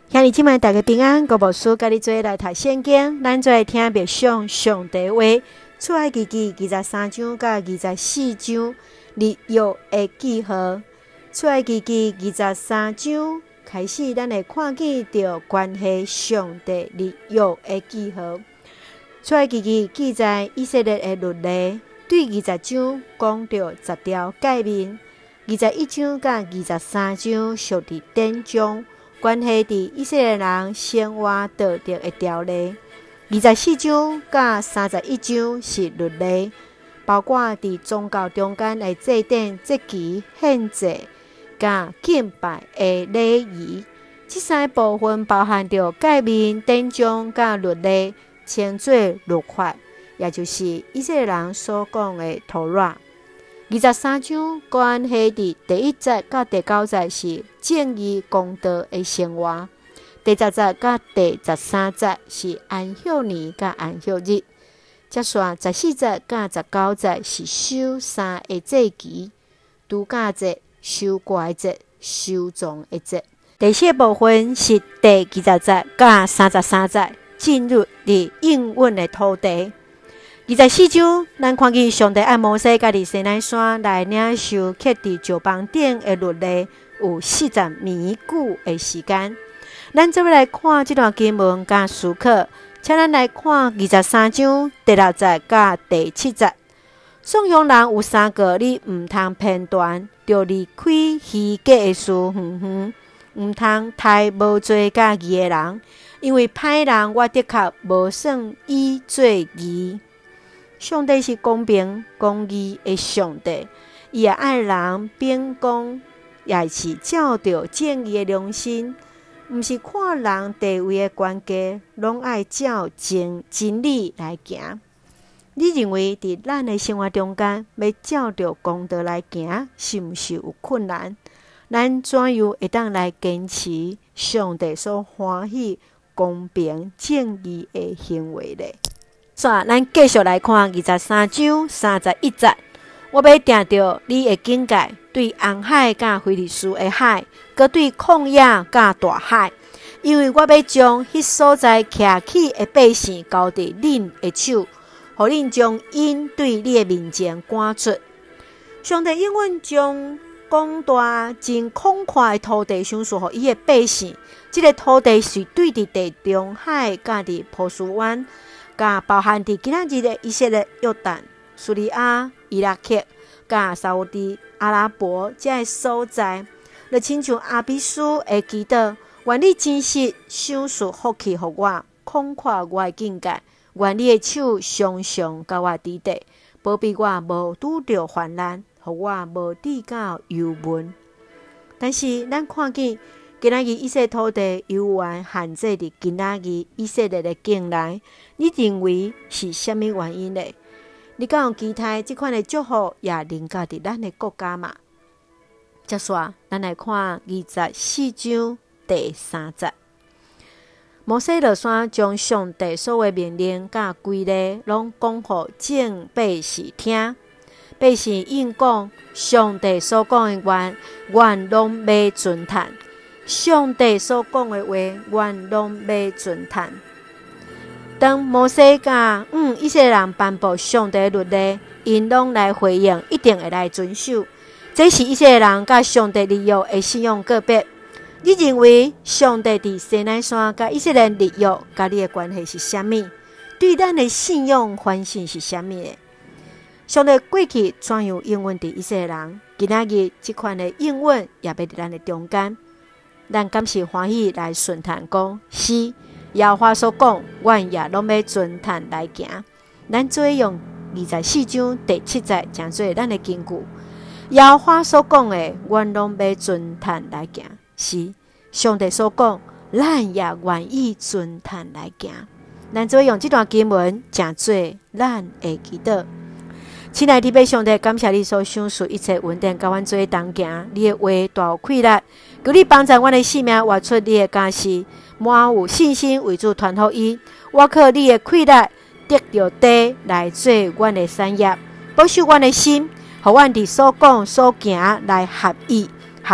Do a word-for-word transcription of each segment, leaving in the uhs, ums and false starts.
兄弟姊妹大家平安，我无事甲你做来读圣经，咱做听默想上帝话。出埃及记二十三章甲二十四章立约的记号。出埃及记二十三章开始，咱会看见着关系上帝立约的记号。出埃及记记载以色列的律例，对二十章讲着十条诫命，二十一章甲二十三章属伫典章。关系伫以色列人生活道德的条例，二十四章甲三十一章是律例，包括伫宗教中间的祭典、节期、献祭甲敬拜的礼仪。这三部分包含着诫命、典章甲律例，称作律法，也就是以色列人所讲的托拉。二十三章关系伫第一节到第九节是正义公道的生活，第十节到第十三节是安息年甲安息日，接续十四节到十九节是守三个节期：度假节、收割节、收藏的节。第四部分是第二十节到三十三节，进入伫应允的土地。二十四章，咱看见上帝按摩西家伫西奈山来领受刻伫石板顶的律例，有四十年久的时间。咱接要来看这段经文甲思考，请咱来看二十三章第六节甲第七节。送乡人有三个，你毋通偏袒，着离开虚假的事远远，毋通太无罪甲义的人，因为歹人我的确无算伊做义。上帝是公平公义的上帝，伊也爱人秉公，也是照着正义的良心，毋是看人地位的关系，拢爱照真真理来行。你认为伫咱的生活中间，要照着公道来行，是毋是有困难？咱怎样会当来坚持上帝所欢喜、公平、正义的行为呢？煞，咱继续来看二十三章三十一节。我要定着你的境界，对红海甲非利士的海，佮对旷野甲大海，因为我要将迄所在徛起的百姓交伫恁的手，互恁将因对你的面前赶出。上帝应允将广大真广阔的土地赏赐予伊的百姓，这个土地是对伫地中海甲伫波斯湾。甲包含伫今仔日的以色列、约旦、叙利亚、伊拉克、甲沙烏地阿拉伯这个所在，就亲像阿比斯的祈祷，愿你真实赏赐福气予我，广阔我的境界，愿你的手常常甲我伫地，保庇我无拄着患难，予我无抵到忧闷。但是咱看见今仔日以色列土地犹原限制伫今仔日以色列的境内，你认为是虾米原因呢？你敢有期待这款的祝福也临到伫咱的国家嘛？接续咱来看二十四章第三节。摩西落山将上帝所有命令甲规例拢讲互众百姓听，百姓应讲上帝所讲的话，愿拢要遵传。上帝所讲的话，愿拢要遵传。当摩西甲嗯以色列人颁布上帝的律例，因拢来回应，一定会来遵守。这是以色列人甲上帝立约的信仰个别。你认为上帝伫西奈山甲以色列立约，甲你的关系是啥物？对咱的信仰反省是啥物呢？上帝过去怎样应允伫以色列人？今仔日这款的应允也要伫咱的中间。咱敢是欢喜来顺传讲，是耶和华所讲，阮也拢要遵传来行。咱做用二十四章第七节讲做咱的根据。耶和华所讲的，阮拢要遵传来行。是上帝所讲，咱也愿意遵传来行。咱做用这段经文讲做咱的祈祷。亲爱的弟兄弟，感谢你所赏赐一切稳定，甲阮做同行。你的话大有气力，求你帮助阮的性命活出你的家事，满有信心为主传福音。我靠你的气力得到地来做阮的产业，保守阮的心，互阮伫所讲所行来合意合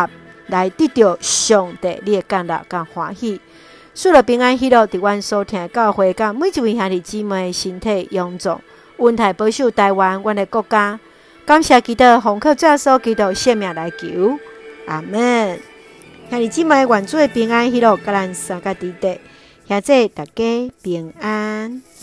来得到上帝你的干乐甲欢喜。赐了平安喜乐，伫阮所听的教会，甲每一位兄弟姊妹的身体永驻，恩待保守台湾，阮的国家。感谢基督，奉靠耶稣基督性命来求，阿门。兄弟姊妹，愿主的平安喜乐，甲咱三个弟弟，兄弟大家平安。